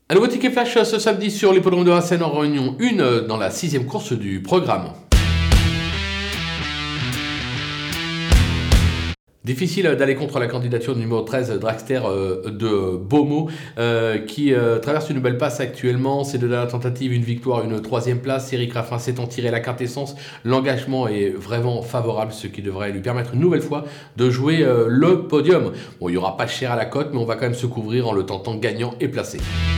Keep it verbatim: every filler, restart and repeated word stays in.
Un nouveau ticket flash ce samedi sur l'hippodrome de Vincennes en réunion un dans la sixième course du programme. Difficile d'aller contre la candidature du numéro treize, Dragster euh, de Beaumont, euh, qui euh, traverse une belle passe actuellement. C'est de la tentative, une victoire, une troisième place. Eric Raffin s'est en tiré la quintessence. L'engagement est vraiment favorable, ce qui devrait lui permettre une nouvelle fois de jouer euh, le podium. Bon, il n'y aura pas cher à la cote, mais on va quand même se couvrir en le tentant gagnant et placé.